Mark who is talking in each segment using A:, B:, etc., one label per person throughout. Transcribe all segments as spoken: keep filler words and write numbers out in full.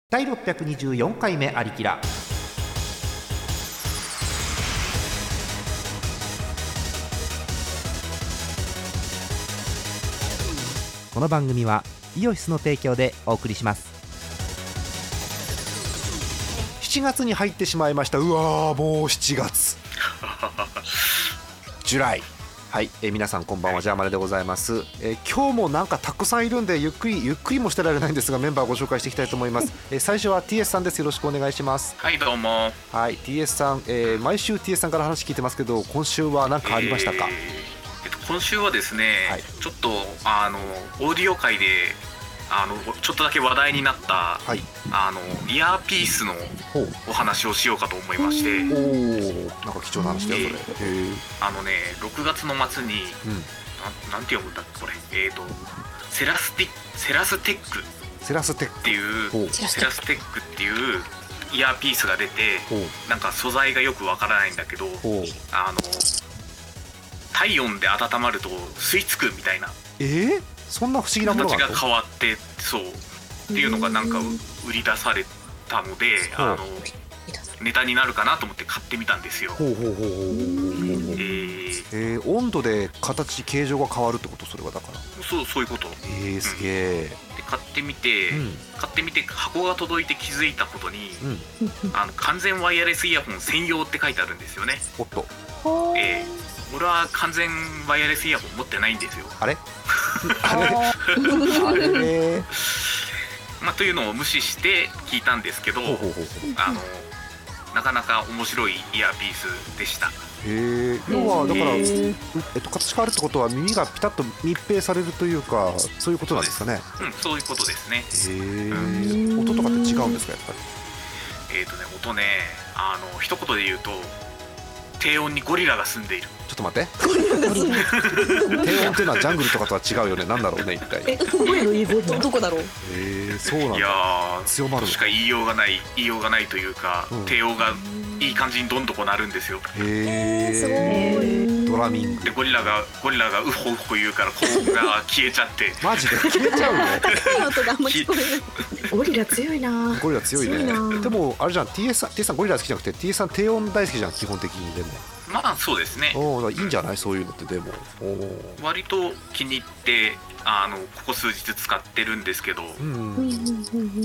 A: だいろっぴゃくにじゅうよんかいめアリキラ。この番組はイオシスの提供でお送りします。しちがつに入ってしまいました。うわー、もうしちがつジュライ。はい、えー、皆さんこんばんは、ジャーマネでございます。えー、今日もなんかたくさんいるんでゆっくりゆっくりもしてられないんですが、メンバーをご紹介していきたいと思います。えー、最初は ティーエス さんです。よろしくお願いします。
B: はい、どうも。
A: はい、 ティーエス さん、えー、毎週 ティーエス さんから話聞いてますけど、今週は何かありましたか？
B: えーえっと、今週はですね、はい、ちょっとあのオーディオ界であのちょっとだけ話題になった、はい、あのイヤーピースのお話をしようかと思いまして。
A: おお、なんか貴重な話だよ、それ。
B: えー、あのね、ろくがつの末に、うん、な, なんて読むんだっけこれ、えーとセラスティセラステック
A: セラステック
B: っていうセラステックっていうイヤーピースが出て、なんか素材がよくわからないんだけど、あの体温で温まると吸い付くみたいな。
A: えー、そんな不思議なものがあるの？
B: 形が変わって、そうっていうのがなんか売り出されたので、あのネタになるかなと思って買ってみたんですよ。
A: ほうほうほうほう。えー、えー、温度で形形状が変わるってこと？それはだから
B: そうそういうこと。
A: えー、すげえ、うん、
B: で買ってみて、うん、買ってみて箱が届いて気づいたことに、うん、あの完全ワイヤレスイヤホン専用って書いてあるんですよね。
A: おっと、
B: えー、俺は完全ワイヤレスイヤホン持ってないんですよ。
A: あれあれあれ
B: まあ、というのを無視して聞いたんですけど、ほうほうほう、あのなかなか面白いイヤーピースでした。
A: へえ、要はだから、えっと、形変わるってことは耳がピタッと密閉されるというか、そういうことなんですかね。
B: うん、そういうことですね。へ
A: え、うん、音とかって違うんですか、やっぱり。
B: えっとね、音ね、あの一言で言うと低音にゴリラが住んでいる。
A: ちょっと待って低音っていうのはジャングルとかとは違うよね。なんだろうね、一体。
C: え、ど, どこだろう。
A: えー、そうなんだ。
B: いやー、
A: 強まる
B: しか言いようがない言いようがないというか、うん、低音がいい感じにどんどこなるんですよ。
A: へー、すごい。ドラミング
B: でゴリラがゴリラがウホウホ言うから高音が消えちゃって
A: マジで消えちゃうの？
C: 高い音があんま聞こえない。ゴリラ強いな。
A: ゴリラ強いね。でもあれじゃん、 ティーエス さん ティーエス さんゴリラ好きじゃなくて ティーエス さん低音大好きじゃん、基本的に。でも
B: まあそうですね。
A: おいいんじゃない、そういうのって。でも
B: お割と気に入ってあのここ数日使ってるんですけど、うんうん、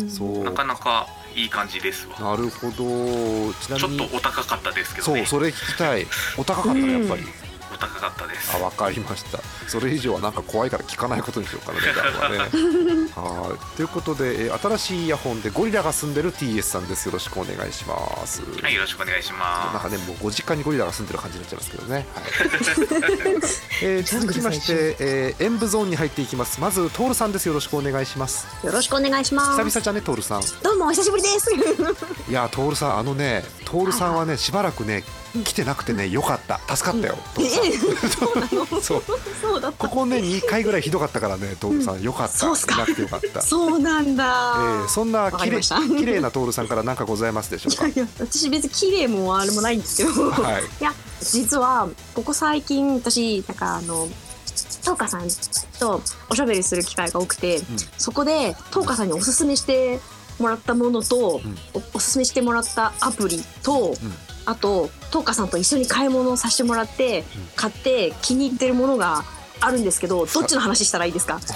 B: そうなかなかいい感じですわ。
A: なるほど。ちなみに
B: ちょっとお高かったですけどね。
A: そう、それ聞きたい。お高かったね、やっぱり。
B: お高かったです。
A: あ、わかりました。それ以上はなんか怖いから聞かないことにしようかな、値段はね。はい、ということで、新しいイヤホンでゴリラが住んでる ティーエス さんです。よろしくお願いします。
B: はい、よろしくお願いします。
A: なんかね、もうご実家にゴリラが住んでる感じになっちゃいますけどね。はいえー、続きまして、えー、演舞ゾーンに入っていきます。まずトールさんです。よろしくお願いします。
C: よろしくお願いします。
A: 久々じゃね、トールさん。
C: どうもお久しぶりです。
A: いや、トールさん、あのね、トールさんはね、しばらくね来てなくてね、よかった、助かったよ、うん、トールさん。そうなの？そうそうだった。ここねにかいぐらいひどかったからね、トールさん、よかった。そうすか。いなくてよかった。
C: そうなんだ。
A: えー、そんなきれ綺麗なトールさんから何かございますでしょうか？
C: いやいや、私別に綺麗もあれもないんですけど、はい、いや実はここ最近私なんかあのトーカさんとおしゃべりする機会が多くて、うん、そこでトーカさんにおすすめしてもらったものと、うん、お, おすすめしてもらったアプリと、うん、あとトーカさんと一緒に買い物をさせてもらって、うん、買って気に入ってるものがあるんですけど、どっちの話したらいいですか？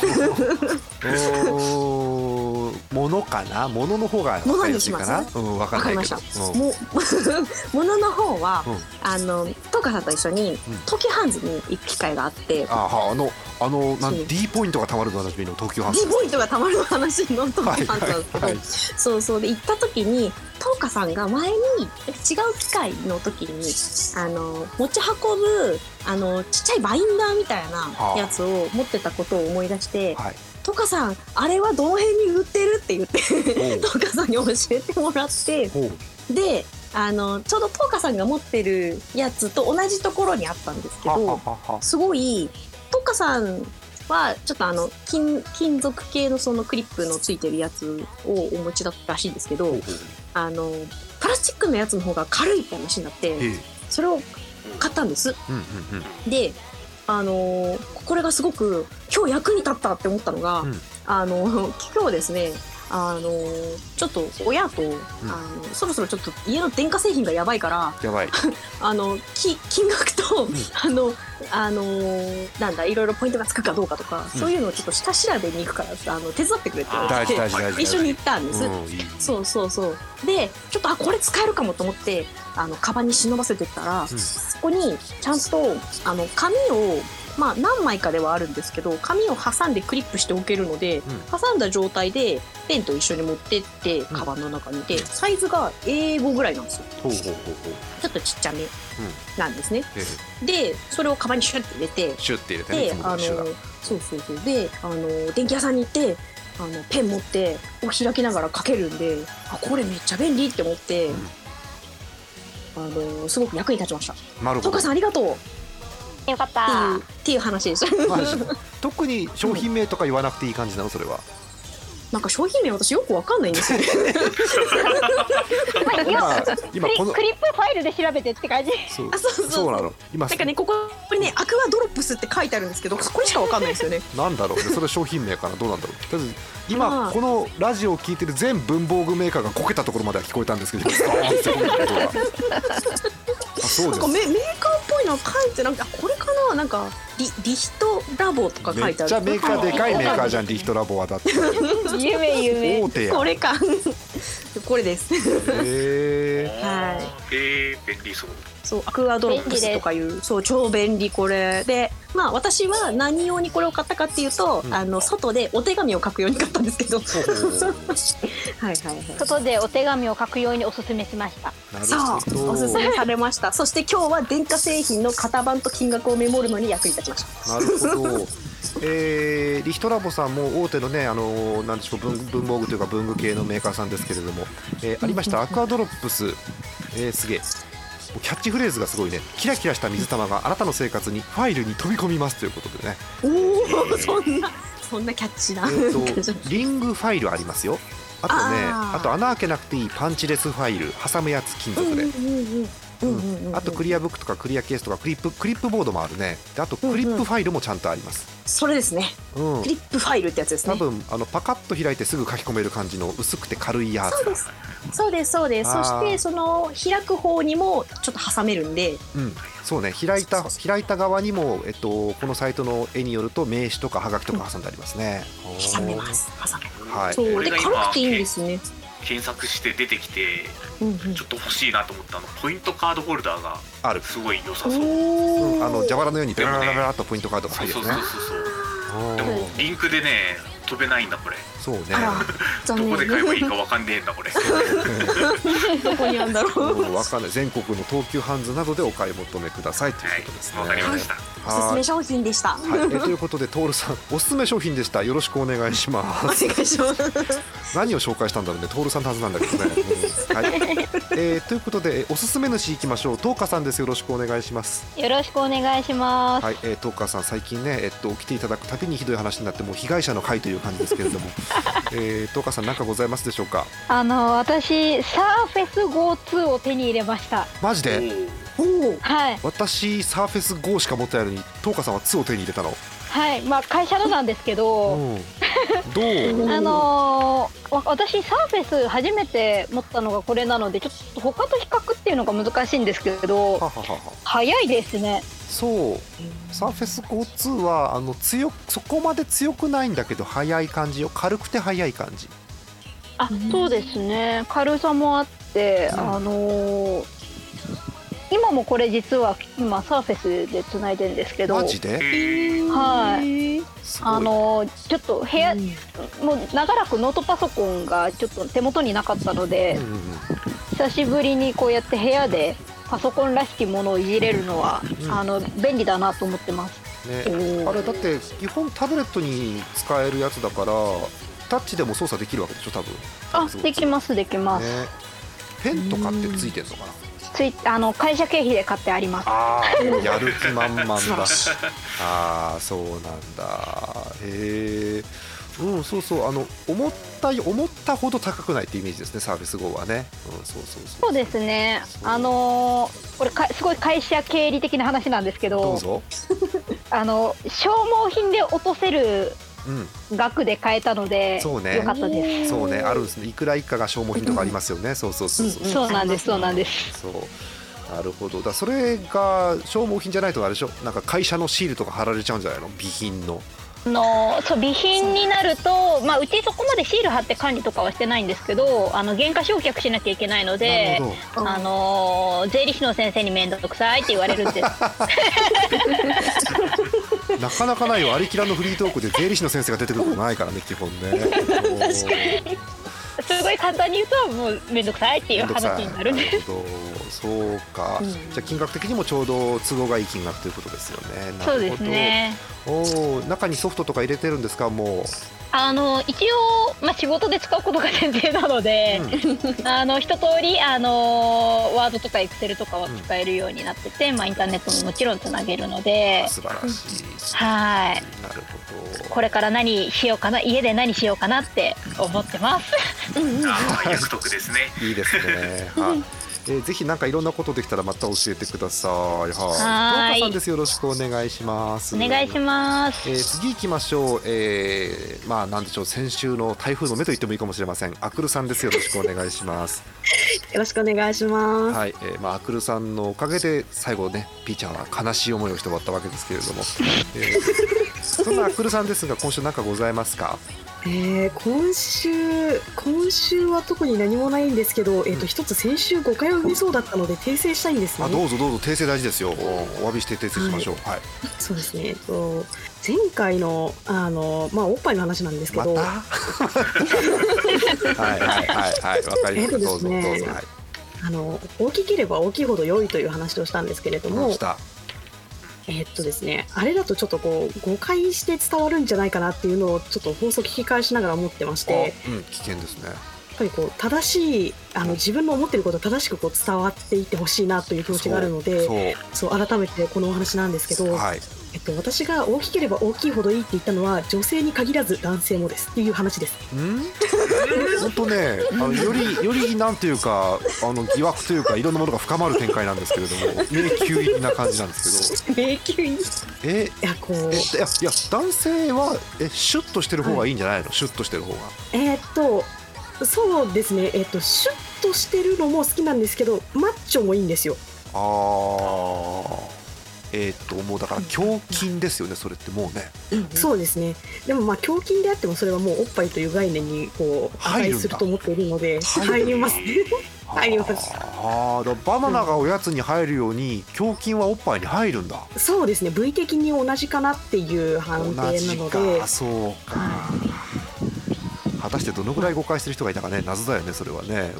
A: おものかな、ものの方が分かりやすいかな。うん、分かんないけど。も
C: ものの方は、うん、あのトーカさんと一緒に東急ハンズに行く機会があって、うん、あ
A: あのあのなん D ポイントがたまるの話の東急ハンズ。
C: D ポイントがたまるの話の東急ハンズなんですけど、はいはいはい、そうそうで行った時にトーカさんが前に違う機会の時にあの持ち運ぶあのちっちゃいバインダーみたいなやつを持ってたことを思い出して、はい、トカさんあれはどの辺に売ってるって言ってトカさんに教えてもらって、であのちょうどトカさんが持ってるやつと同じところにあったんですけど、すごいトカさんはちょっとあの 金, 金属系のそのクリップのついてるやつをお持ちだったらしいんですけど、あのプラスチックのやつの方が軽いって話になって、それを買ったんです、うんうんうん、で、あのー、これがすごく今日役に立ったって思ったのが、うん、あの今日ですねあのちょっと親と、うん、あのそろそろちょっと家の電化製品がやばいから
A: やばい
C: あのき金額と、うん、あのあのなんだいろいろポイントがつくかどうかとか、うん、そういうのをちょっと下調べに行くからあの手伝ってくれって言われて一緒に行ったんです、うん、そうそうそうでちょっとあこれ使えるかもと思ってあのカバンに忍ばせてったら、うん、そこにちゃんとあの紙をまあ何枚かではあるんですけど紙を挟んでクリップしておけるので、うん、挟んだ状態でペンと一緒に持ってってカバンの中にで、うん、サイズがエーフォーぐらいなんですよ。ほうほうほうほうちょっとちっちゃめなんですね、うん、でそれをカバンにシュッて入れて
A: シュッて入れて、ね、
C: であのそうそうそうであの電気屋さんに行ってあのペン持ってを開きながら書けるんであこれめっちゃ便利って思って、うん、あのすごく役に立ちました。
A: なるほど。
C: トカさんありがとう。
D: よかった
C: っていう、っていう話でした
A: 特に商品名とか言わなくていい感じなのそれは。
C: なんか商品名私よくわかんないんですよね
D: 今今このクリップファイルで調べてって感じ。
C: そうあそうそう
A: そうなの今
C: なんかねここにねアクアドロップスって書いてあるんですけどこれしかわかんないですよね
A: なんだろうねそれ商品名かなどうなんだろう。とりあえず今このラジオを聞いてる全文房具メーカーがこけたところまでは聞こえたんですけどあそうです。
C: なんかメメーカーっぽいの書いてなんかこれかななんかリリヒトラボとか書いてある。
A: めっちゃメーカーでかいメーカーじゃんリヒトラボはだって
D: 夢夢
A: 大手や
C: これかこれです
A: へえ
C: はい
B: えー、便利そう。
C: そうアクアドロップスとかいうそう超便利これでまあ私は何用にこれを買ったかっていうと、うん、あの外でお手紙を書くように買ったんですけどはいはいはい
D: 外でお手紙を書くようにおすすめしました。
C: そうおすすめされましたそして今日は電化製品の型番と金額をメモるのに役に立ちました。
A: なるほどえー、リヒトラボさんも大手のねあのなんでしょう 文, 文房具というか文具系のメーカーさんですけれども、えー、ありましたアクアドロップス、えー、すげえキャッチフレーズがすごいねキラキラした水玉があなたの生活にファイルに飛び込みますということでね
C: おお、えー、そんなそんなキャッチな、え
A: ー、とリングファイルありますよあとね あ, あと穴開けなくていいパンチレスファイル挟むやつ金属で、うんうんうんうん、あとクリアブックとかクリアケースとかクリップクリップボードもあるねであとクリップファイルもちゃんとあります、うんうん、
C: それですね、うん、クリップファイルってやつですね。
A: 多分あのパカッと開いてすぐ書き込める感じの薄くて軽いやつ。
C: そうですそうですそうですそしてその開く方にもちょっと挟めるんで、
A: うん、そうね開いた開いた側にも、えっと、このサイトの絵によると名刺とかはがきとか挟んでありますね、
C: うん、挟めます挟めます、
A: はい、
C: そうで軽くていいんですね。
B: 検索して出てきて、うんうん、ちょっと欲しいなと思ったのポイントカードホルダーがあるすごい良さそう、
A: うん、あの蛇腹のようにベラベラベラっとポイントカードが入るやつね。
B: そうそうそうそうでもリンクでね飛べないんだこれ。
A: そうね
B: どこで買えばいいか分かんねえんだこれ
C: どこにあるんだろう
A: 分かんない全国の東急ハンズなどでお買い求めくださいということですね。
B: わかりました。
C: おすすめ商品でした、
A: はい、えということでトールさんおすすめ商品でした。よろしくお願いします
C: お願いします
A: 何を紹介したんだろうねトールさんのはずなんだけどね、うんはいえー、ということでおすすめ主いきましょう。トーカさんです。よろしくお願いします。
D: よろしくお願いします。
A: はい、えー、トーカさん最近ね、えっと、来ていただくたびにひどい話になってもう被害者の会という感じですけれども、えー、トーカさん何かございますでしょうか。
D: あの私サーフェス ゴーツー を手に入れました。マ
A: ジで。はい、私サーフェス ゴー しか持ってないのにトーカさんはツーを手に入れたの。
D: はい、まあ会社のなんですけど、うん、
A: どう
D: あのー、私サーフェス初めて持ったのがこれなのでちょっと他と比較っていうのが難しいんですけどはははは早いですね。
A: そうサーフェス ゴーツー はあの強そこまで強くないんだけど速い感じよ。軽くて速い感じ。
D: あ、そうですね軽さもあって、うん、あのー今もこれ実は今サーフェスでつないでるんですけど。
A: マジで？
D: はい。あのちょっと部屋、うん、もう長らくノートパソコンがちょっと手元になかったので、うんうん、久しぶりにこうやって部屋でパソコンらしきものをいじれるのは、うん、あの便利だなと思ってます。
A: ね、あれだって基本タブレットに使えるやつだからタッチでも操作できるわけでしょ多分。
D: あ、できますできます、ね。
A: ペンとかってついてるのかな。
D: ついあの会社経費で買ってあります。
A: あやる気満々だああそうなんだへえ。うんそうそうあの思った思ったほど高くないってイメージですねサーフェス ゴー はね、うん、そうそうそう
D: そうですね。あのー、これかすごい会社経理的な話なんですけど
A: どうぞ
D: あの消耗品で落とせる額で買えたので、
A: そうね、
D: よかったです。
A: そうね、あるんですね。いくら以下が消耗品とかありますよね。そうそうそうそう。
D: そうなんです、そうなんです。
A: そう。なるほど。だそれが消耗品じゃないとあれでしょ。なんか会社のシールとか貼られちゃうんじゃないの？備品の。
D: のそう備品になると、まあ、うちそこまでシール貼って管理とかはしてないんですけど、あの原価償却しなきゃいけないので、あの税理士の先生に面倒くさいって言われるんです
A: なかなかないよ。アリキラのフリートークで税理士の先生が出てくることないからね、基本ね。
D: すごい簡単に言うともう面倒くさいっていう話になるんです。
A: そうか、うん、じゃあ金額的にもちょうど都合がいい金額ということですよね。なるほど。
D: そうですね。
A: お中にソフトとか入れてるんですか？もう
D: あの一応、まあ、仕事で使うことが前提なので、うん、あの一通りあのワードとかエクセルとかは使えるようになってて、うんまあ、インターネットももちろんつなげるので。
A: 素晴らしい。
D: はい。
A: なるほど。
D: これから何しようかな、家で何しようかなって思ってます。
B: あ約束ですね。
A: いいですね。はい。えー、ぜひなんかいろんなことできたらまた教えてください。はい。とうかさんです。よろしくお願いします。
D: お願いします。
A: えー、次行きましょう。えー、まあなんでしょう、先週の台風の目と言ってもいいかもしれません。アクルさんです。よろしくお願いします。
E: よろしくお願いします。
A: はい。えー、まあアクルさんのおかげで最後ね、ピーちゃんは悲しい思いをして終わったわけですけれども、えー、そんなアクルさんですが今週何かございますか？
E: えー、今週今週は特に何もないんですけど、えーと、一つ先週誤解を生みそうだったので訂正したいんですね。
A: あ、どうぞどうぞ、訂正大事ですよ。お詫びして訂正しましょう。はい、はい、
E: そうですね。えっと前回のあのまあおっぱいの話なんですけど、またはいはいはいはい、わかりました。どうぞどうぞ。はい、あの大きければ大きいほど良いという話をしたんですけれども、えーっとですね、あれだとちょっとこう誤解して伝わるんじゃないかなっていうのをちょっと放送聞き返しながら思ってまして、
A: うん、危険ですね。
E: やっぱりこう正しいあの自分の思っていることを正しくこう伝わっていってほしいなという気持ちがあるので、そうそう改めてこのお話なんですけど、はい、えっと、私が大きければ大きいほどいいって言ったのは女性に限らず男性もですっていう話です。
A: ん本当ね、あのよりよりなんていうかあの疑惑というかいろんなものが深まる展開なんですけれども、迷宮入りな感じなんですけど。
E: 迷宮入り。
A: え
E: いやこう
A: えいやいや男性はえシュッとしてる方がいいんじゃないの？はい、シュッとしてる方が。
E: えー、っとそうですね。えー、っとシュッとしてるのも好きなんですけど、マッチョもいいんですよ。
A: ああ。えー、っともうだから胸筋ですよね、それってもうね。
E: そうですね。でもまあ胸筋であってもそれはもうおっぱいという概念にこう値すると思っているので入りますね。入ります。
A: ああ、だバナナがおやつに入るように胸筋はおっぱいに入るんだ。
E: そうですね。部位的に同じかなっていう判定なので。
A: 同じか、そうか。果たしてどのぐらい誤解してる人がいたかね、謎だよねそれはね。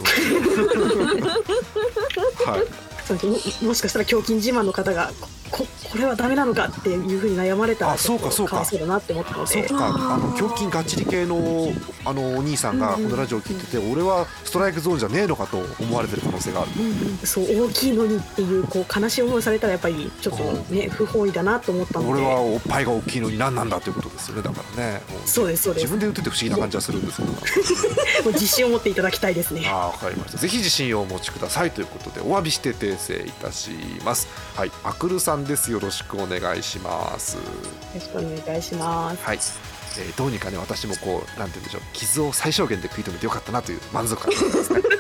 A: はい。
E: もしかしたら胸筋自慢の方が こ, これはダメなのかっていうふうに悩まれたらちょっとかわいそうだなって思ったので、
A: そうか、あの胸筋がっちり系のあのお兄さんがこのラジオを聞いてて、うんうん、俺はストライクゾーンじゃねえのかと思われてる可能性がある、
E: うんうん、そう大きいのにっていう、こう悲しい思いをされたらやっぱりちょっとね不本意だなと思ったので、
A: 俺はおっぱいが大きいのに何なんだということですよね。だからね、
E: そうですそうです。
A: 自分で言ってて不思議な感じはするんですけど、も
E: う自信を持っていただきたいですね。
A: あ、わかりました。ぜひ自信をお持ちくださいということでお詫びして訂正いたします。はい、アクルさんです。よろしくお願いします。よ
E: ろしくお願いします。
A: はい、えー、どうにかね私もこうなんて言うんでしょう、傷を最小限で食い止めてよかったなという満足感ですね。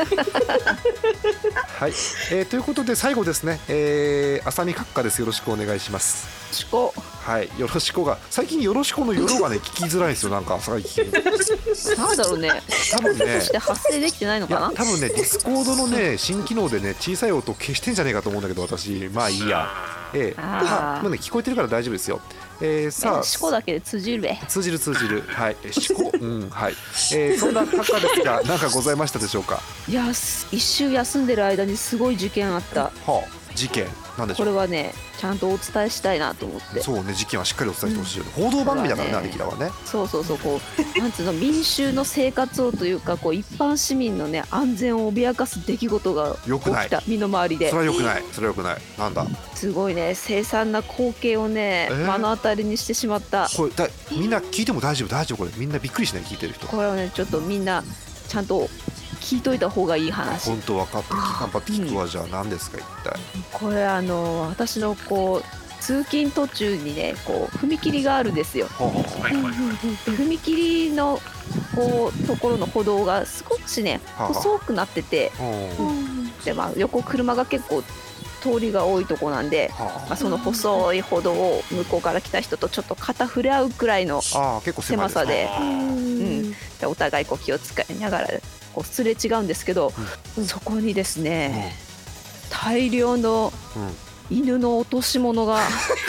A: はい、えー、ということで最後ですね、えー、浅見閣下です。よろしくお願いします。
D: よろしこ。
A: はい、よろしこが最近よろしこのよろがね聞きづらいんですよ。なんか浅い聞き
F: なんだろうね、
A: 多分ね
F: して発生できてないのかな。
A: 多分ねディスコードのね新機能でね小さい音消してんじゃねえかと思うんだけど、私まあいいや、えー、あもうね聞こえてるから大丈夫ですよ。えー、さあ
F: 四股だけで通じるべ。
A: 通じる通じる。はい、四股、うんはい。えー、そんな閣下ですが何かございましたでしょうか。
F: いや一週休んでる間にすごい事件あった。
A: はあ、事件なんでしょう。
F: これはねちゃんとお伝えしたいなと思って。
A: そうね、事件はしっかりお伝えしてほしいよね、うん、報道番組だからね、あれきらはね。
F: そうそうそう、こうなんつうの民衆の生活をというか、こう一般市民のね安全を脅かす出来事が起きた身の回りで。
A: それはよくない、それはよくない。なんだ。
F: すごいね凄惨な光景をね、えー、目の当たりにしてしまった。
A: これだみんな聞いても大丈夫大丈夫、これみんなびっくりしない、聞いてる人。
F: これはねちょっとみんなちゃんと聞いといた方がいい話。
A: 本当分かった、頑張って聞くわ、うん、じゃあ何ですか一体。
F: これあの私のこう通勤途中にねこう踏切があるんですよ。踏切のこうところの歩道が少しね細くなってて、で、まあ、横車が結構通りが多いとこなんで、まあ、その細い歩道を向こうから来た人とちょっと肩触れ合うくらいの狭さで、うん、お互いこう気を使いながらこうすれ違うんですけど、うん、そこにですね、うん、大量の犬の落とし物が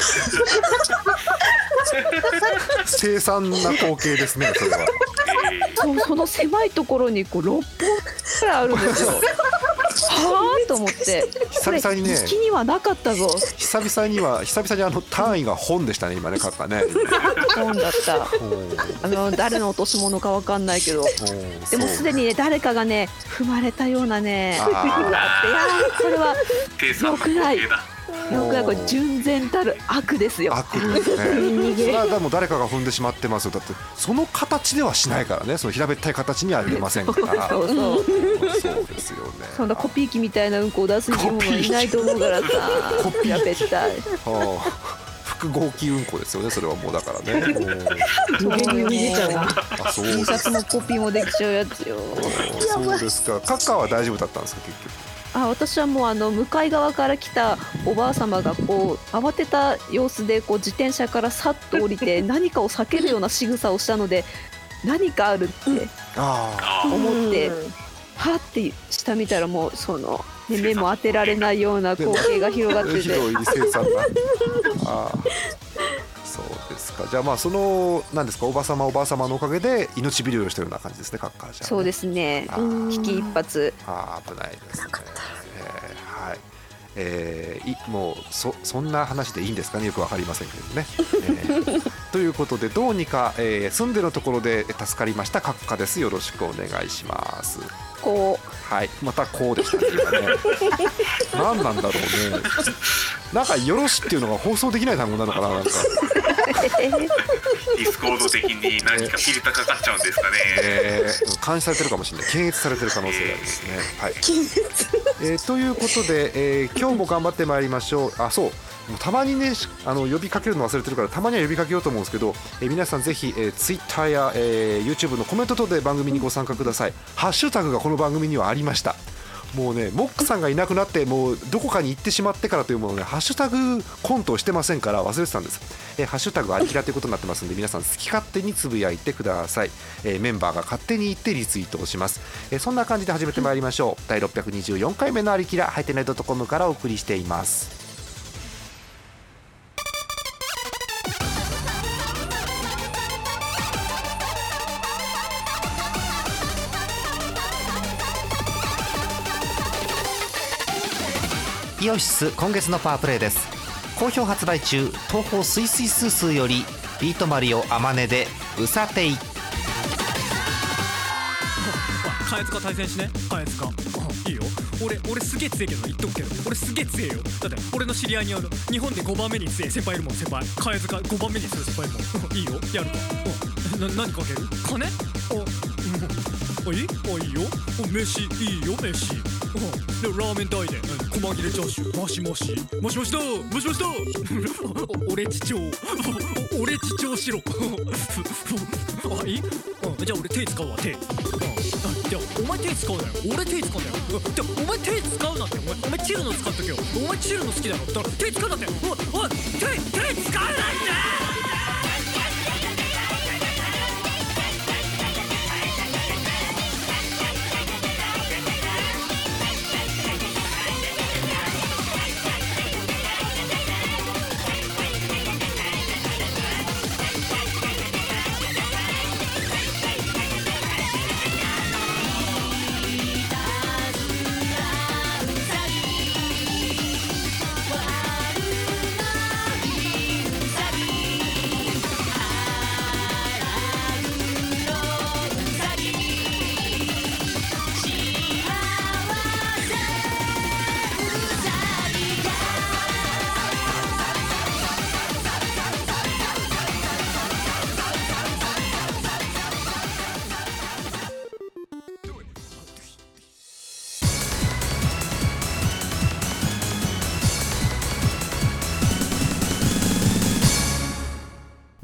A: 凄惨な光景ですね、それは。
F: そう、その狭いところにこうろっぽんくらいあるんですよ。はぁと思って
A: 久々にね、
F: これ気にはなかったぞ。
A: 久々には久々にあの単位が本でしたね、今ね、書くかね。
F: 本だった。あの誰の落とし物かわかんないけど、でもすでにね誰かがね踏まれたようなね、あいやこれは良くない。よくこれ純然たる悪ですよ。
A: 悪ですね。それはでも誰かが踏んでしまってますよ。だってその形ではしないからね。その平べったい形には出ませんから。
F: そうそう
A: そうですよね。
F: そんなコピー機みたいなうんこを出す生き物はいないと思うからさ。平べったい。
A: 複合機うんこですよね。それはもうだからね。
E: 無限に出ちゃうな。
A: あ、そう。
F: T シャツもコピーもできちゃうやつよ。
A: そうですか。カッカーは大丈夫だったんですか、結局。
F: あ、私はもうあの向かい側から来たおばあ様がこう慌てた様子でこう自転車からさっと降りて何かを避けるような仕草をしたので、何かあるって思ってはって下見たらもうその、ね、目も当てられないような光景が広がってて、
A: ひどい凄惨な。あそうですか。じゃあまあその何ですか、おばさまおばあさまのおかげで命拾いをしたような感じですね、カッカーじゃ、ね。
F: そうですね。危機一髪。
A: あ危ないですね。えー、はい。えー、いもう そ, そんな話でいいんですかね、よくわかりませんけどね。えー、ということでどうにか、えー、住んでるところで助かりましたカッカーです。よろしくお願いします。
F: こ
A: うはい、またこうでしたね、今ね。何なんだろうね。なんかよろしっていうのが放送できない単語なのかな、なんか。
B: ディスコード的に何かフィルターかかっちゃうんですかね。
A: えー、監視されてるかもしれない。検閲されてる可能性がありますね。はい。えー、ということで、えー、今日も頑張ってまいりましょう。あ、そう。もうたまにね、あの呼びかけるの忘れてるからたまには呼びかけようと思うんですけど、えー、皆さんぜひ、えー、Twitter や、えー、YouTube のコメント等で番組にご参加ください。ハッシュタグがこの番組にはありました。もうね、モックさんがいなくなってもうどこかに行ってしまってからというものね、ハッシュタグコントをしてませんから忘れてたんです。えー、ハッシュタグありきらということになってますので、皆さん好き勝手につぶやいてください。えー、メンバーが勝手に言ってリツイートをします。えー、そんな感じで始めてまいりましょう。だいろっぴゃくにじゅうよんかいめのありきら、はいてない .com からお送りしています。
G: イオシス今月のパワープレイです。好評発売中、東宝スイスイスースーよりビートマリオあまねでうさてい。
H: カエツカ対戦しね。カエツカいいよ。俺俺すげえ強いけど言っとくけど、俺すげえ強いよ。だって俺の知り合いにある日本でごばんめに強い先輩いるもん。先輩カエツカごばんめにする先輩いるもん。いいよ、やるか。な何かける？金？あ、うん、いい？あ、いいよ。飯いいよ、飯。でラーメン代で細切れチャーシューマシマシマシマシだマシマシだ俺父長俺父長しろ。あ、いい？じゃあ俺手使うわ、手。じゃあお前手使うなよ。俺手使うんだよ。じゃあお前手使うなんて。お前お前チルの使っとけよ。お前チルの好きだろ。だから手使うなんて。おいおい、手手使うなんて。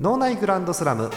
G: 脳内グランドスラム。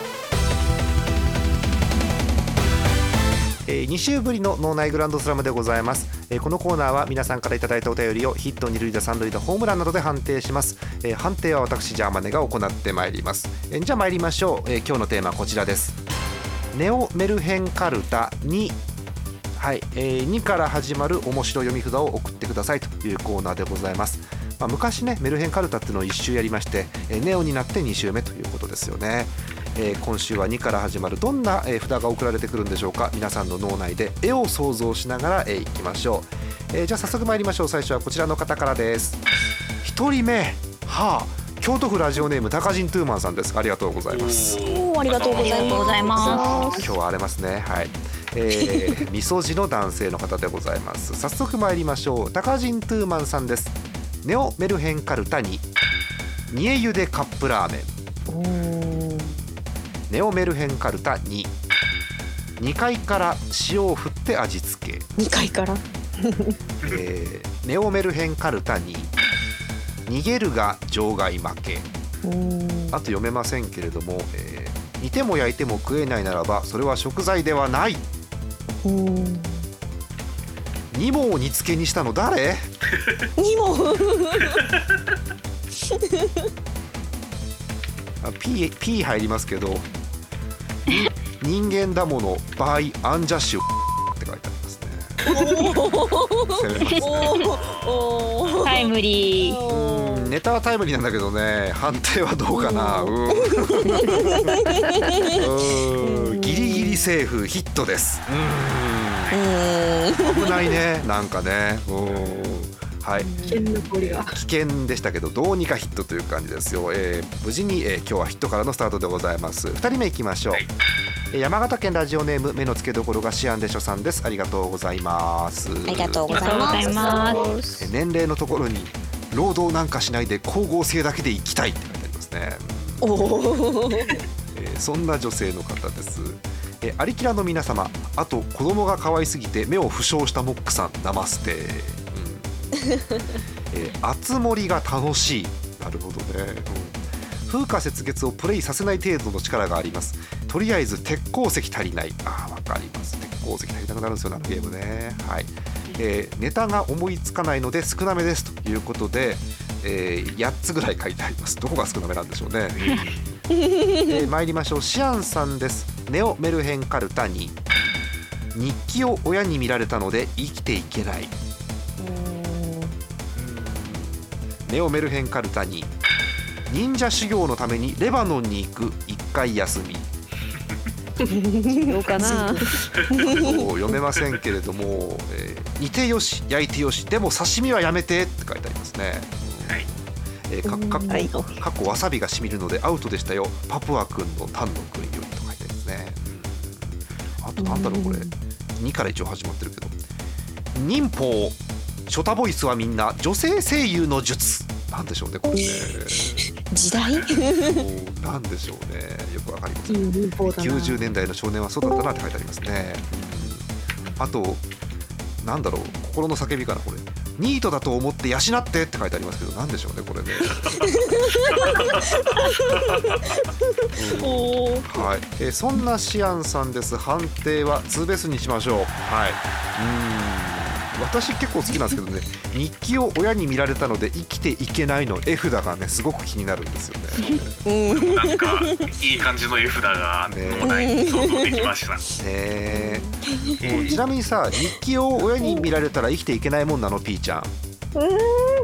G: えー、に週ぶりの脳内グランドスラムでございます。えー、このコーナーは皆さんからいただいたお便りをヒット、二塁打、三塁打、ホームランなどで判定します。えー、判定は私ジャーマネが行ってまいります。えー、じゃあ参りましょう。えー、今日のテーマはこちらです。ネオメルヘンカルタに、はい、えー、にから始まる面白い読み札を送ってくださいというコーナーでございます。まあ、昔ねメルヘンカルタっていうのをいっ週やりまして、えー、ネオになってに週目ということですよね。えー、今週はにから始まるどんな、えー、札が送られてくるんでしょうか。皆さんの脳内で絵を想像しながら、えー、いきましょう。えー、じゃあ早速参りましょう。最初はこちらの方からです。ひとりめ、はあ、京都府ラジオネームタカジントゥーマンさんです。ありがとうございます。
C: おありがとうございます。
G: 今日は荒れますね。はい、えー、みそじの男性の方でございます。早速参りましょう。タカジントゥーマンさんです。ネオメルヘンカルタに煮えゆでカップラーメン。ネオメルヘンカルタににかいから塩を振って味付け。
C: にかいから、
G: えー、ネオメルヘンカルタに逃げるが場外負け。あと読めませんけれども、えー、煮ても焼いても食えないならばそれは食材ではない。にもを煮付けにしたの誰？
C: にも
G: P, P 入りますけど人間だもの by アンジャッシュって書いてありますね。
D: タイムリー。
G: うん、ネタはタイムリーなんだけどね、判定はどうかな。うんうんギリギリセーフ、ヒットです。うん危ないね、なんかね。うんはい、
E: 危険な香りが
G: 危険でしたけどどうにかヒットという感じですよ。えー、無事に、えー、今日はヒットからのスタートでございます。ふたりめいきましょう。はい、えー、山形県ラジオネーム目の付けどころがシアンでしょさんです。ありがとうございます。
C: ありがとうございます。
G: えー、年齢のところに労働なんかしないで光合成だけで生きたいって書いてありますね。おえー、そんな女性の方です。えー、アリキラの皆様、あと子供が可愛すぎて目を負傷したモックさん、ナマステ。えー、あつ森が楽しい。なるほどね、うん、風化雪月をプレイさせない程度の力があります。とりあえず鉄鉱石足りない。あーわかります。鉄鉱石足りなくなるんですよ、あのゲームね。はい、えー、ネタが思いつかないので少なめですということで、えー、やっつぐらい書いてあります。どこが少なめなんでしょうね。えー、参りましょう。シアンさんです。ネオメルヘンカルタに日記を親に見られたので生きていけない。ネオメルヘンカルタに忍者修行のためにレバノンに行くいっかい休み。
F: どうかな
G: 読めませんけれども、えー、煮てよし焼いてよしでも刺身はやめてって書いてありますね。はい、えー、かか過去わさびがしみるのでアウトでしたよ。パプア君の丹野君よりと書いてありますね。あとなんだろうこれにから一応始まってるけど、忍法ショタボイスはみんな女性声優の術。なんでしょうねこれね。
C: 時代
G: なんでしょうね、よくわかりません。きゅうじゅうねんだいの少年はそうだったなって書いてありますね。うん、あとなんだろう、心の叫びかなこれ。ニートだと思って養ってって書いてありますけど、なんでしょうねこれね。うん、はい、えー、そんなシアンさんです。判定はツーベースにしましょう。はい、うん私結構好きなんですけどね、日記を親に見られたので生きていけないの絵札がねすごく気になるんですよね。
B: うん、なんかいい感じの絵札が脳内に想像できましたね。
G: えー、ちなみにさ、日記を親に見られたら生きていけないもんなの、ピーちゃん。
E: うーん、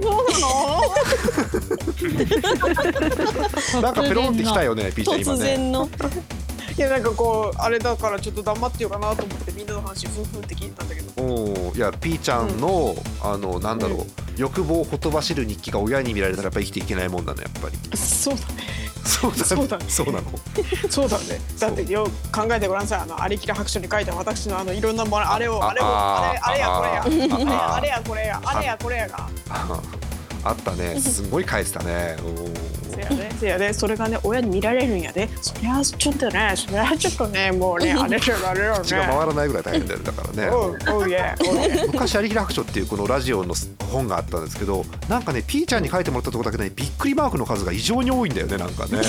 E: そうなの？
G: なんかペロンってきたよね、ピーちゃん今ね。
C: 突然の
E: いやなんかこうあれだからちょっと黙ってようかなと思ってみんなの話ふんふんって聞いたんだけど。
G: おいやピーちゃんの、うん、あのなんだろう、うん、欲望をほとばしる日記が親に見られたらやっぱり生きていけないもんなのやっぱり。
E: そうだね。
G: そうだね。
E: そうだね。
G: そうなの。
E: そうだね。だってよ考えてごらんなさい。あのアリキラ白書に書いた私のあのいろんなものあれをあれをあれあれやこれやあれあれやこれやあれやこれやが。
A: あったね、すごい返したね。
E: せやね、せやね、それがね親に見られるんやで。そりゃちょっとね、そりゃちょっとね、もうねあれじゃあれよね。
A: 口が回らないぐらい大変だよだからね。昔有木楽章っていうこのラジオの本があったんですけど、なんかねピーちゃんに書いてもらったところだけで、ね、びっくりマークの数が異常に多いんだよね、なんかね。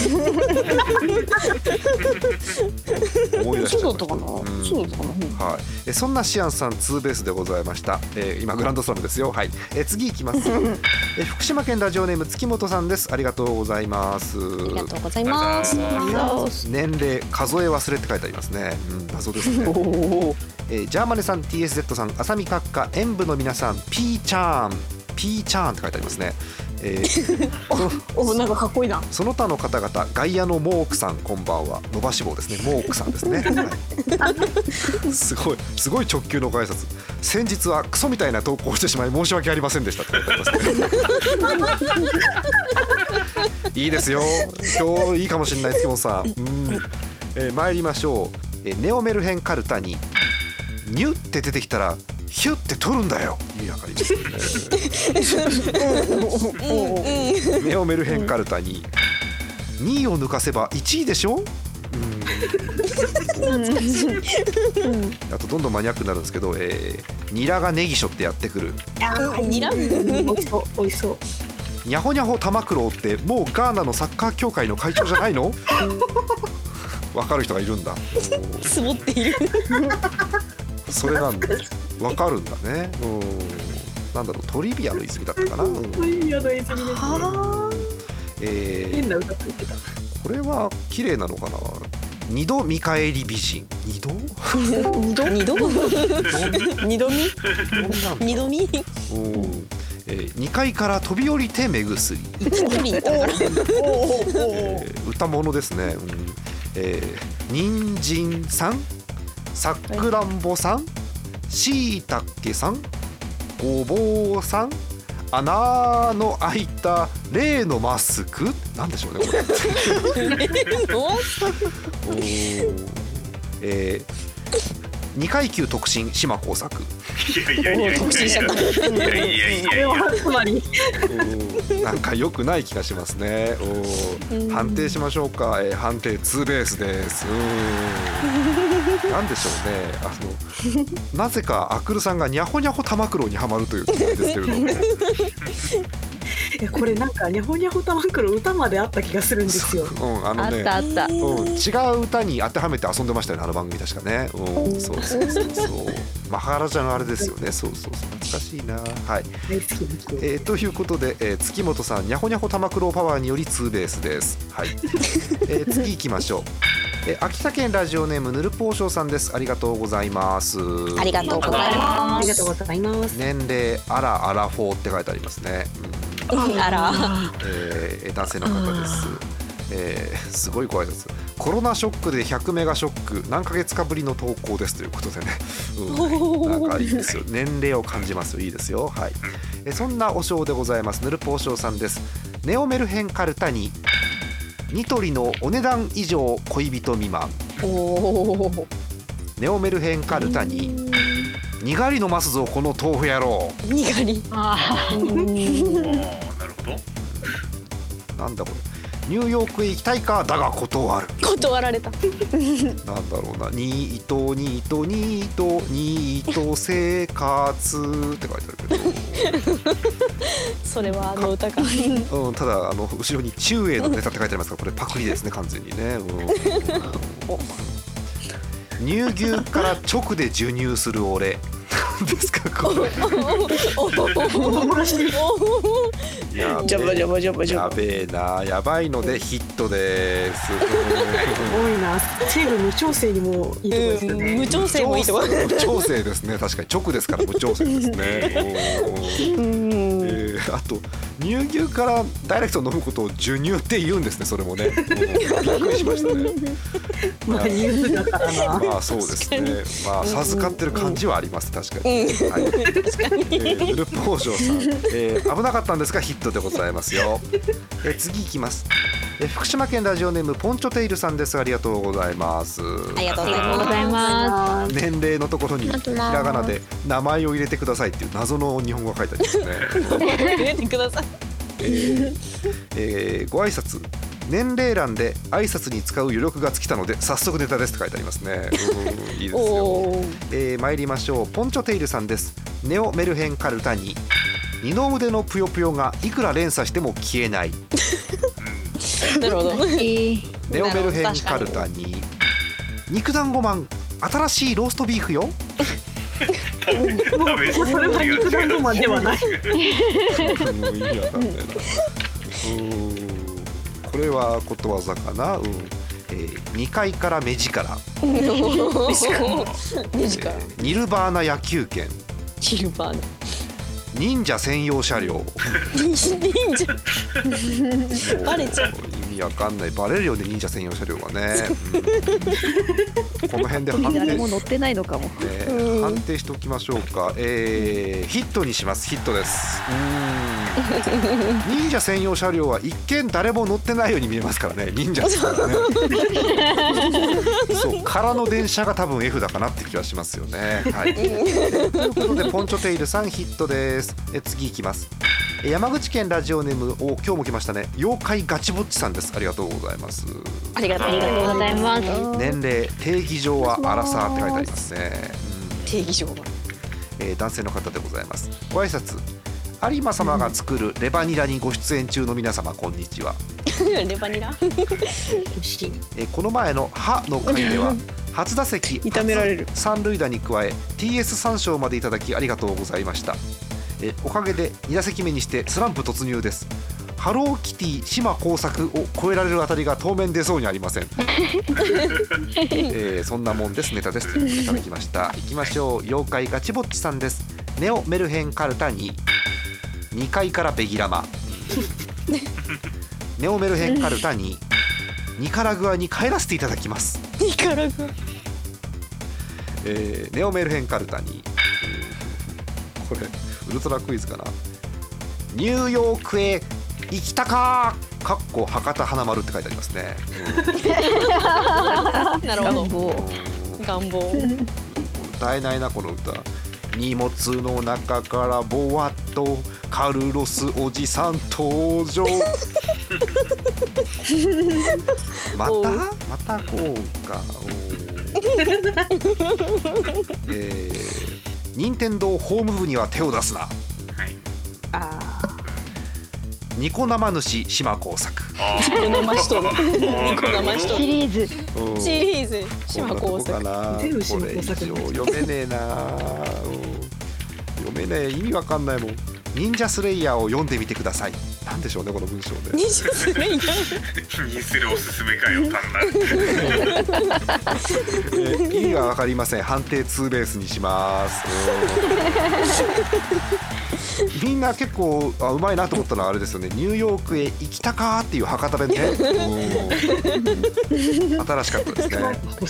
A: 思い出しちゃいました。そうだったかな。そうだったかな。はい。えそんなシアンさんツーベースでございました。えー、今グランドスラムですよ。はい。えー、次いきます。え福島県ラジオネーム月本さんです。ありがとうございます。
C: ありがとうございます。
A: 年齢数え忘れって書いてありますね。うん、謎ですね。えー、ジャーマネさん、 ティーエスゼット さん、浅見閣下、演舞の皆さん、ピーチャーンピーチャーンって書いてありますね。えー、
E: おなんかかっこいいな。
A: その他の方々、外野のモークさん、こんばんは。伸ばし棒ですね、モークさんですね。はい、すごいすごい直球のご挨拶。先日はクソみたいな投稿をしてしまい申し訳ありませんでしたって書いてありますね。いいですよ、今日いいかもしれない月本さん。うん、えー、参りましょう。えー、ネオメルヘンカルタにニュって出てきたらヒュって取るんだよ。意味わかりますよね。ネオメルヘンカルタににいを抜かせばいちいでしょ。うん、あとどんどんマニアックになるんですけど、えー、ニラがネギショってやってくる。
C: ニラ
E: 美味しそう美味しそう。
A: ニャホニャホ玉九郎ってもうガーナのサッカー協会の会長じゃないの？わかる人がいるんだ。
C: つぼっている。
A: それなんだ。わかるんだね。うん。なんだろう、トリビアの泉だったかな。うん、
E: トリビアの泉ですね。
A: えー、
E: 変な歌ついてた。
A: これは綺麗なのかな。二度見返り美人。二度？
C: 二度？二度？
E: 二度見？
C: 二度見？
A: うん。えー、にかいから飛び降りて目薬。えー、歌物ですね。うん、えー、人参さん、さくらんぼさん、しいたけさん、ごぼうさん、穴の開いた例のマスク、なんでしょうねこれ。えー、にかい級特進島耕作。
B: いやいやいや
C: 特進しちゃった。
B: いやいやいやいや、
E: つまり
A: なんか良くない気がしますね。お判定しましょうか。えー、判定ツーベースです。うん、なんでしょうね。あのなぜかアクルさんがニャホニャホ玉九郎にはまるということですけれども。
E: えこれなんかニャホニャホ玉九郎歌まであった気がするんですよ。
A: うん、あのね、
F: あったあった、
A: うん、違う歌に当てはめて遊んでましたよね、あの番組確かね。うん、そうそうそうそう。マハラジャのあれですよね。そうそうそう、懐かしいな。はい。
E: 大好きです。
A: えー、ということで、えー、月本さんニャホニャホ玉九郎パワーによりツーベースです。はい。えー、次行きましょう。えー、秋田県ラジオネームぬるぽうしょうさんです。ありがとうございます。
C: ありがとうございます。
E: ありがとうございます。
A: 年齢アラアラフォーって書いてありますね。
C: うん、あら、
A: えー、男性の方です。えー、すごいご挨拶。コロナショックでひゃくメガショック、何ヶ月かぶりの投稿ですということでね、うん、なんかいいですよ、年齢を感じますよ、いいですよ。はい。えそんなお尚でございます。ぬるぽうしょうさんです。ネオメルヘンカルタにニトリのお値段以上恋人未満。
C: お
A: ネオメルヘンカルタににがりのますぞこの豆腐野郎。
C: にがり。
D: あ
B: なるほど。
A: なんだこれ。ニューヨークへ行きたいかだが断る。
C: 断られた。
A: なんだろうな、ニートニートニートニート生活って書いてあるけど。
C: それはあの歌か。
A: うん、ただあの後ろに中英のネタって書いてありますから、これパクリですね完全にね。うん、乳牛から直で授乳する俺。ですかこれ。やべえ、
E: ジャバジャバジャバジャバ
A: やべえな、やばいのでヒットです。す
E: ごいな、西武無調整にもいいとこですよね。
C: 無調整もいいとこ。
A: 無調整ですね、確かに直ですから無調整ですね。えー、あと乳牛からダイレクト飲むことを授乳って言うんですね、それもね。びっくりしましたね。
E: まあ乳だからな。
A: まあそうですね。まあ授かってる感じはあります、確かに。はい。えー、ヌルポージョーさん、えー、危なかったんですがヒットでございますよ。えー、次いきます。えー、福島県ラジオネームポンチョテイルさんです。ありがとうございます。
C: ありがとうご
D: ざいます。
A: 年齢のところにひらがなで名前を入れてくださいっていう謎の日本語が書いてありますね。
C: 入れてください。
A: えーえー、ご挨拶年齢欄で挨拶に使う余力が尽きたので早速ネタですって書いてありますね。うんいいですよ、えー、参りましょう。ポンチョテイルさんです。ネオメルヘンカルタに二の腕のぷよぷよがいくら連鎖しても消えない。
C: なるほど。
A: ネオメルヘンカルタに肉団子マン新しいローストビーフよ。
E: それは肉団子マンではない。
A: これはことわざかな。うんえー、にかいから目力。
C: 目力。
A: えー、ニルバーナ野球拳。
C: ニルバーナ。
A: 忍者専用車両。
C: 忍者。バレちゃう。
A: 意味わかんない。バレるよね忍者専用車両はね。うん、この辺で判定。
F: 誰も乗ってないのかも。
A: ね、うん、判定しておきましょうか。えー、ヒットにします。ヒットです。うん忍者専用車両は一見誰も乗ってないように見えますからね。忍者ですからね。そう空の電車が多分 F だかなって気はしますよね。はい。ということでポンチョテイルさんヒットです。え次いきます。山口県ラジオネームお今日も来ましたね。妖怪ガチぼっちさんです。ありがとうございます。
C: ありがとうございます。
A: 年齢定義上はアラサーって書いてありますね。
C: うん、定義上は、
A: えー、男性の方でございます。ご挨拶有馬様が作るレバニラにご出演中の皆様こんにちは。
C: レバニラ
A: えー、この前の歯の回では初打席初三塁打に加え ティーエスさん 勝までいただきありがとうございました。えおかげでに打席目にしてスランプ突入です。ハローキティ島耕作を超えられるあたりが当面出そうにありません。えー、そんなもんですネタですということいただきました。いきましょう。妖怪ガチぼっちさんです。ネオメルヘンカルタににかいからベギラマ。ネオメルヘンカルタにニカラグアに帰らせていただきます。
C: ニカラグア、
A: えー、ネオメルヘンカルタにこれウルトラクイズかな。ニューヨークへ行きたかーかっこ博多華丸って書いてありますね。
C: うん、なるほど。願望。
A: 歌えないなこの歌。荷物の中からぼわっとカルロスおじさん登場。またまたこうか。えー任天堂ホーム部には手を出すな。はい、あニコ生主島耕作。
C: ニコ生しとる。ニコ生しとる。シリーズ。シリーズ。島耕作。
A: これ以上読めねえな。読めねえ意味わかんないもん。忍者スレイヤーを読んでみてください。なんでしょうねこの文章で。
C: 忍者スレイヤー。
B: にするおすすめかよ単なる。
A: えー、意味はわかりません。判定ツーベースにします。みんな結構あうまいなと思ったのはあれですよね。ニューヨークへ行きたかっていう博多弁ね。新しかったですね。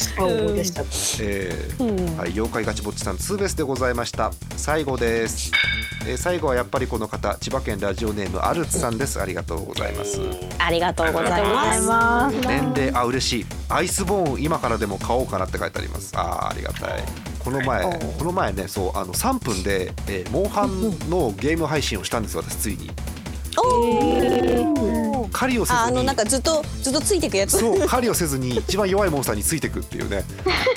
A: えーはい、妖怪ガチぼっちさんツーベースでございました。最後です。えー、最後はやっぱりこの方千葉県ラジオネームアルツさんです。ありがとうございます。
C: ありがとうございます。
A: 年齢あ嬉しい。アイスボーン今からでも買おうかなって書いてあります。あーありがたい。この前この前ねそうあのさんぷんで、えー、モンハンのゲーム配信をしたんですよ私ついに。お狩りをせずに
C: あのなんかずっとずっとついてくやつ。
A: そう狩りをせずに一番弱いモンスターについてくっていうね。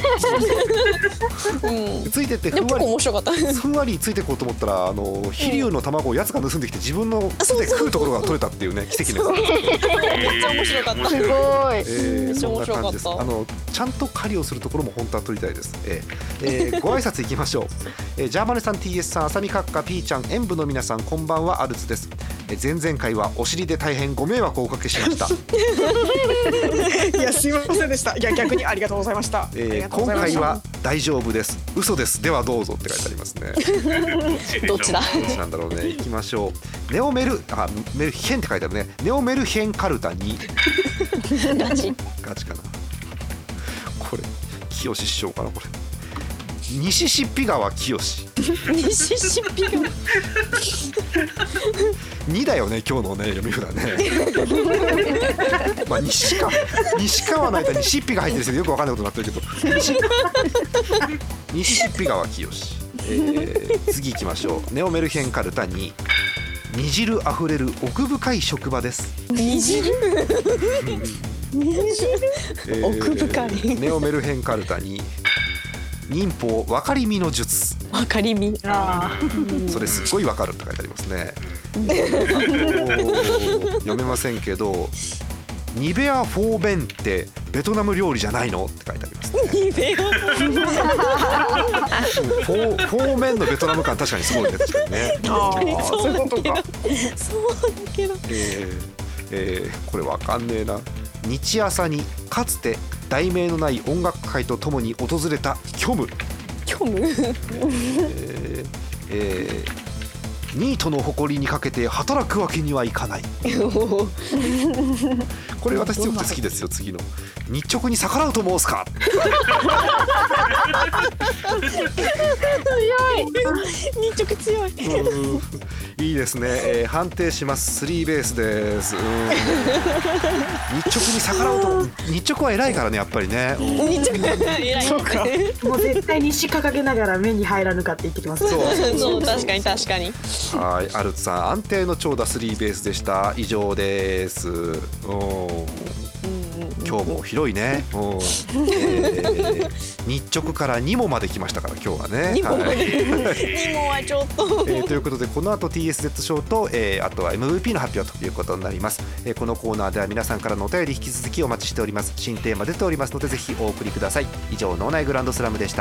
A: うん、ついてってふんわり
C: 面白かった。
A: ふんわりついてこうと思ったらあの飛竜の卵をやつが盗んできて自分の手で食うところが取れたっていうね奇跡のやつ。
C: めっちゃ面白かった。すごい。えー、めっちゃ面白かった。
A: あのちゃんと狩りをするところも本当は撮りたいです。えーえー、ご挨拶いきましょう。えー、ジャーマネさん ティーエス さんあさみかっか P ちゃん演舞の皆さんこんばんはアルツです。えー、前々回はお尻で大変ご迷惑をおかけしました。
E: いやすいませんでした。いや逆にありがとうございました。
A: えー、今回は大丈夫です嘘ですではどうぞって書いてありますね。
C: どっちだ
A: どっちなんだろうね。いきましょう。ネオメルあメルヘンって書いてあるね。ネオメルヘンカルタに
C: ガチ
A: ガチかなこれ。清師匠かなこれ。西シッピ川清
C: 西シッピ川
A: にだよね今日のね読み札ね。まあ西川西川の間にシッピが入ってるんですけどよくわかんないことになってるけど西, 西シッピ川清、えー、次行きましょう。ネオメルヘンカルタに
G: 煮汁あふれる奥深い職場です。
C: 煮汁煮汁、
G: えー、
C: 奥深い。
G: ネオメルヘンカルタに忍法分かりみの術。
C: 分かりみ、
E: あ
G: それすっごい分かるって書いてありますね。読めませんけど、ニベアフォーベンってベトナム料理じゃないのって書いてありますね。
C: ニベアフ
G: ォーフォーメンのベトナム感確かにすごいね。確かにね。
C: 確かにそうだけど、そうだけど、
G: えーえー、これわかんねえな。日朝にかつて題名のない音楽会とともに訪れた虚無。
C: 虚無、
G: えーえーニートの誇りにかけて働くわけにはいかない。これ私強くて好きですよ。次の日直に逆らうと申すか。
C: 強い、日直強い。
G: いいですね、えー、判定します。スリーベースです。うん、日直に逆らうと、日直は偉いからね、やっぱりね。
C: 日直偉い。
E: そうか。もう絶対に仕掲げながら目に入らぬかって言ってきます。
G: そう
C: そう、確かに確かに。
G: はい、アルツさん安定の長打スリーベースでした。以上です。お今日も広いね。お、えー、日直からにもまで来ましたから今日はね。
C: にもまで、
G: はい、
C: にもはちょっと、
G: えー、ということでこの後 ティーエスゼット 賞と、えー、あとは エムブイピー の発表ということになります。えー、このコーナーでは皆さんからのお便り引き続きお待ちしております。新テーマ出ておりますのでぜひお送りください。以上脳内グランドスラムでした。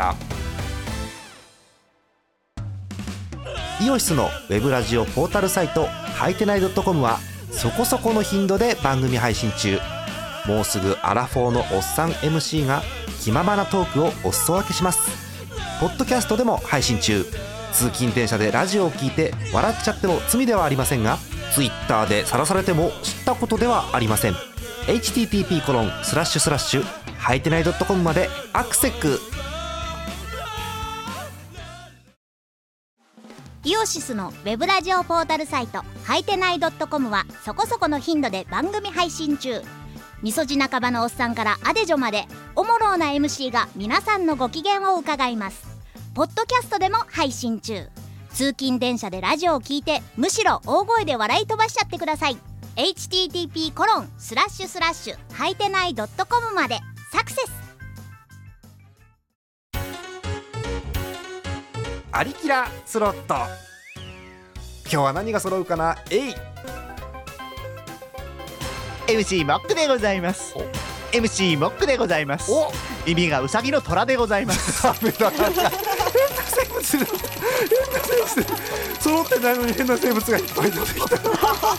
G: イオシスのウェブラジオポータルサイトはいてない .com はそこそこの頻度で番組配信中。もうすぐアラフォーのおっさん エムシー が気ままなトークをお裾分けします。ポッドキャストでも配信中。通勤電車でラジオを聞いて笑っちゃっても罪ではありませんが、ツイッターで晒されても知ったことではありません。 エイチティーティーピーコロンスラッシュスラッシュはいてない .com までアクセック。
I: イオシスのウェブラジオポータルサイトはいてない .com はそこそこの頻度で番組配信中。みそじ半ばのおっさんからアデジョまでおもろうな エムシー が皆さんのご機嫌を伺います。ポッドキャストでも配信中。通勤電車でラジオを聞いてむしろ大声で笑い飛ばしちゃってください。 エイチティーティーピーコロンスラッシュスラッシュはいてない .com までサクセス。
G: アリキラスロット。今日は何が揃うかな。えい
J: エムシー モックでございます。 エムシー モックでございます。耳がウサギの虎でございます。
G: ダメだ、なんか変な生物変な生物揃ってないのに変な生物がいっぱい出てきた。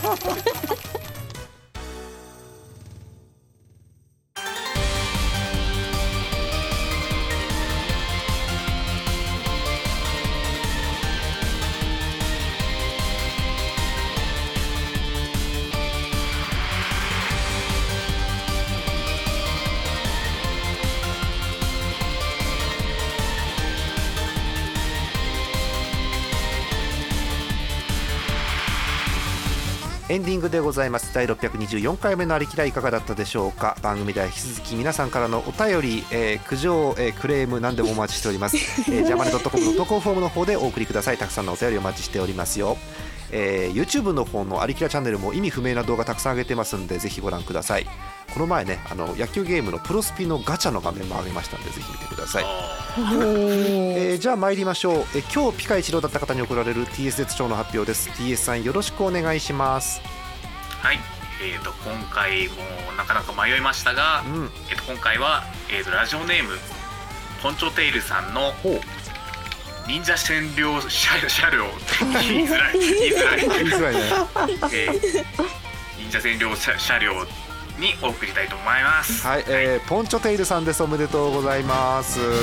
G: エンディングでございます。だいろっぴゃくにじゅうよんかいめのありきらいかがだったでしょうか。番組では引き続き皆さんからのお便り、えー、苦情、えー、クレーム何でもお待ちしております。えー、ジャマネ .com の投稿フォームの方でお送りください。たくさんのお便りお待ちしておりますよ。えー、YouTube の方のありきらチャンネルも意味不明な動画たくさん上げてますんでぜひご覧ください。この前ね、あの野球ゲームのプロスピのガチャの画面も上げましたんでぜひ見てください。えー、じゃあ参りましょう。えー、今日ピカ一郎だった方に贈られる ティーエスゼット 賞の発表です。 ティーエス さんよろしくお願いします。
B: はい、えー、と今回もなかなか迷いましたが、うん、えー、と今回は、えー、とラジオネームポンチョテイルさんの忍者占領車, 車両言いづらい言いづらい言いづらいね、えー、忍者占領 車, 車両にお送りたいと思います。
G: はい、えーはい、ポンチョテイルさんです。おめでとうございます。も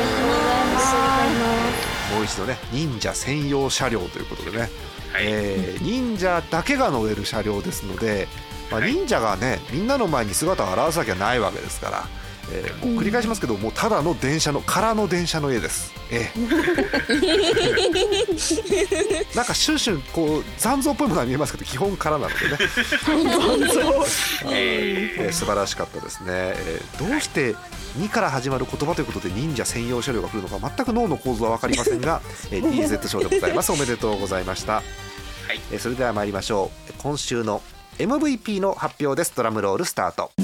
G: う一度ね、忍者専用車両ということでね、はい、えー、忍者だけが乗れる車両ですので、まあ、忍者がねみんなの前に姿を現すわけはないわけですから、えー、もう繰り返しますけど、もうただの電車の空の電車の絵です。えー、なんかシュンシュンこう残像っぽいものは見えますけど基本空なのでねえー、素晴らしかったですね。えー、どうしてにから始まる言葉ということで忍者専用車両が来るのか全く脳の構造は分かりませんが、えー、ティーゼット 賞でございます。おめでとうございました。
B: はい、
G: えそれでは参りましょう。今週の エムブイピー の発表です。ドラムロールスタート。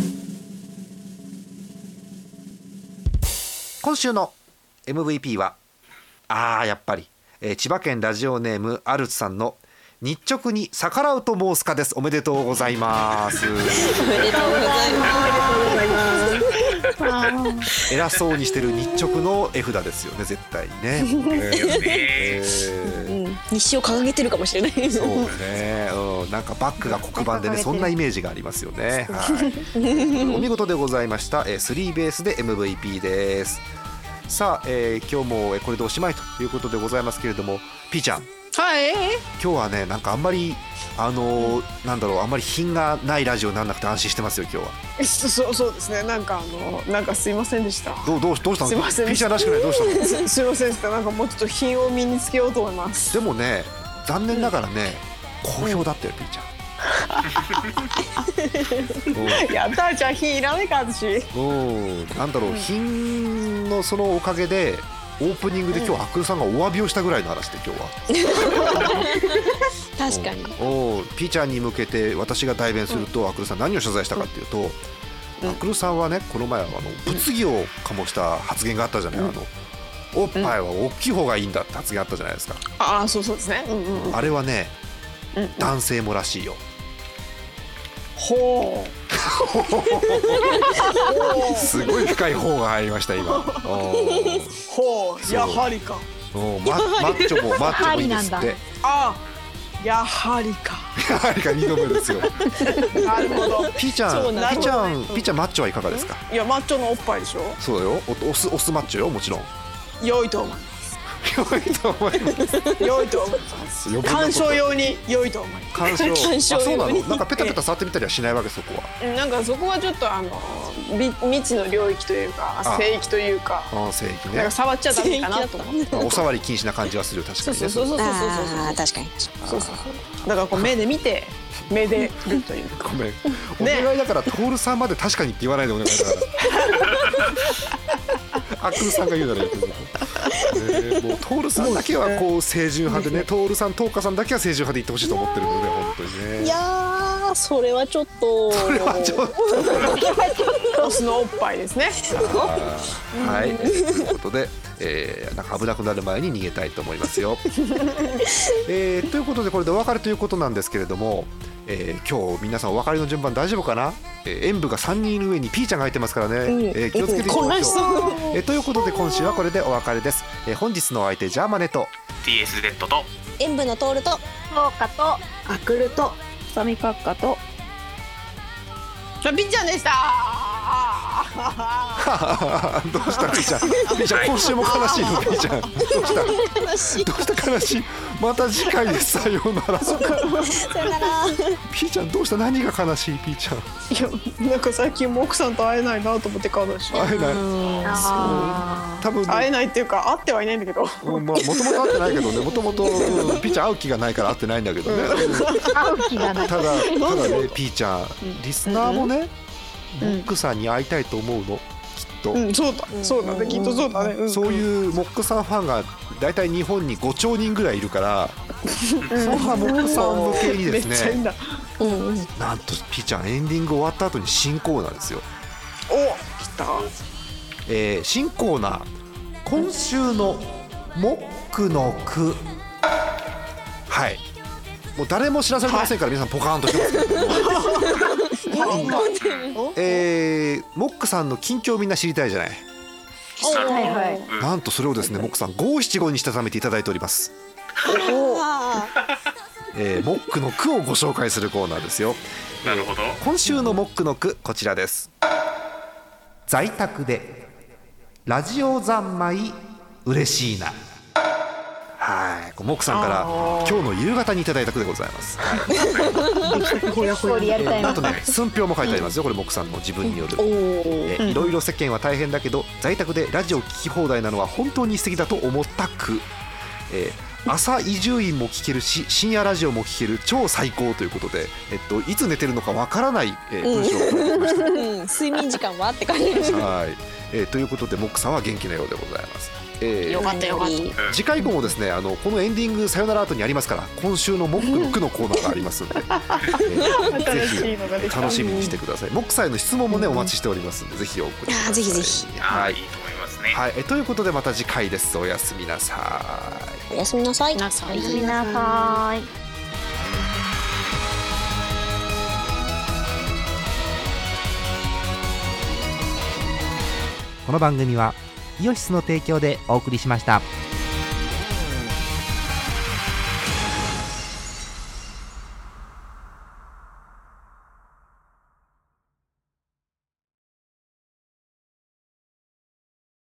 G: 今週の エムブイピー はあーやっぱり、えー、千葉県ラジオネームアルツさんの日直に逆らうと申すかです。おめでとうございます。
C: おめでとうございます。
G: 偉そうにしてる日直の絵札ですよね、絶対にね。え
C: ーうん、日誌を掲げてるかもしれない。
G: そうね、うん、なんかバッグが黒板でね、そんなイメージがありますよね。はい、お見事でございました。えー、スリーベースで エムブイピー です。さあ、えー、今日もこれでおしまいということでございますけれども、ピーちゃん、
C: はい、
G: 今日はね、なんかあんまりあのー、なんだろう、あんまり品がないラジオにならなくて安心してますよ今日は。
K: そうそうですね、なんかあのなんかすいませんでした。
G: どうどうどうしたの？
K: すいません、
G: ピーちゃんらしくない、どうしたの？
K: すいませんでした。なんかもうちょっと品を身につけようと思います。
G: でもね、残念ながらね、好評だったよ、ピーちゃん。
K: やったー、じゃあ品いらないか私。
G: うん、なんだろう、品のそのおかげでオープニングで今日アクルさんがお詫びをしたぐらいの話で今日は。
C: 確かに。
G: おお、ピーちゃんに向けて私が代弁すると、アクルさん何を謝罪したかっていうと、アクルさんはね、この前はあの物議を醸した発言があったじゃない。あのおっぱいは大きい方がいいんだって発言あったじゃないですか。
K: ああ、そうそうですね。うんうん、
G: あれはね、男性もらしいよ。
K: ほ
G: うすごい深い方が入りました今。
K: ほう、やはりか。
G: マ, マッチョもマッチョもいいですって。
K: あ、やはりか。
G: やはりか、にどめですよ。
K: なるほど。
G: ピーちゃん、ピーちゃん、ピーちゃんマッチョはいかがですか？
K: いや、マッチョのおっぱいでしょ。
G: そうだよ、おオスオスマッチョよ、もちろん。
K: 良いと思います。
G: 良いと思います。
K: 良いと思います。鑑賞用に良いと思います。
G: 鑑賞。あ、そうなの？なんかペタペタ触ってみたりはしないわけ、そこは。
K: なんかそこはちょっとあの未知の領域というか、聖域というか。
G: あ、聖域ね。
K: なんか触っちゃダメかなと思って。
G: お触り禁止な感じはする、確かにね。
K: そうそうそうそうそうそう。
C: 確かに。
K: そうそうそう。だからこう目で見て目で振るという。
G: ごめん。お願いだから、トールさんまで確かにって言わないでお願いだから。アクルさんが言うならいいけど。えー、もうトールさんだけはこう清純派でね、トールさん、トーカさんだけは清純派で言ってほしいと思ってるので、本当にね。
C: いやー、それはちょっと。
G: それはちょっと。
K: オスのおっぱいですね。
G: はい、ということで、えー、なんか危なくなる前に逃げたいと思いますよ。えー、ということで、これでお別れということなんですけれども、えー、今日皆さんお別れの順番大丈夫かな？えー、演舞がさんにんいる上にピーちゃんが入ってますからね、うん、えー、気をつけていきましょう。えー、ということで今週はこれでお別れです。えー、本日のお相手、ジャーマネと
B: ティーエス レッドと
C: 演舞のトールと
D: トーカと
E: アクルと
D: サミカッカと
K: ピッちゃんでした。
G: どうしたピーちゃん、ピーちゃん今週も悲しいの？ピーちゃんどうした？
C: 悲しい。
G: どうした悲しい？また次回です。さようなら。
C: さようなら。
G: ピーちゃんどうした？何が悲しい？ピーちゃん。
K: いや、なんか最近も奥さんと会えないなと思って悲しい。
G: 会えない。多分
K: 会えないっていうか会ってはいないんだけど。
G: まあもともと会ってないけどね。もともとピーちゃん会う気がないから会ってないんだけどね。
D: 会う気がない。
G: ただただね、ピーちゃんリスナーもね、モックさんに会いたいと思うの、きっと。
K: うん、そうだ、そうだね、きっとそうだね。
G: そういうモックさんファンがだいたい日本にごちょうにんぐらいいるから、そんなモックさん向けにですね、なんとピーちゃんエンディング終わった後に新コーナーですよ。
K: お、来た。
G: えー、新コーナー、今週のモックの句。はい、もう誰も知らされてませんから、皆さんポカーンとしてますけれどもえー、モックさんの近況をみんな知りたいじゃない。
D: はいはい。
G: なんとそれをですね、モックさん五七五にしたためていただいております。えー、モックの句をご紹介するコーナーですよ。
B: なるほど。
G: 今週のモックの句、こちらです。在宅でラジオ三昧嬉しいな。はい、モックさんから今日の夕方にいただいた句でございます。あとね、寸評も書いてありますよ。これモックさんの自分による。えいろいろ世間は大変だけど、在宅でラジオ聞き放題なのは本当に素敵だと思った句。えー朝伊集院も聞けるし、深夜ラジオも聞ける超最高ということで、えっと、いつ寝てるのかわからない、えー、文章を書いてました。
C: うん、睡眠時間はって感じです。
G: はい、えー、ということでモックさんは元気なようでございます。
C: えー、よかったよかった。
A: 次回以降もですね、あのこのエンディングさよなら後にありますから、今週のモックの句のコーナーがありますので、えー、ぜひ楽しみにしてください。モックさんへの質問もねお待ちしておりますので、ぜひお送りください。
C: ぜひぜひ。
B: はい、いいと思いますね。
A: はい、えということでまた次回です。おやすみなさ
C: い。おやすみなさい。
D: おやすみなさい。
L: この番組はイオシスの提供でお送りしました。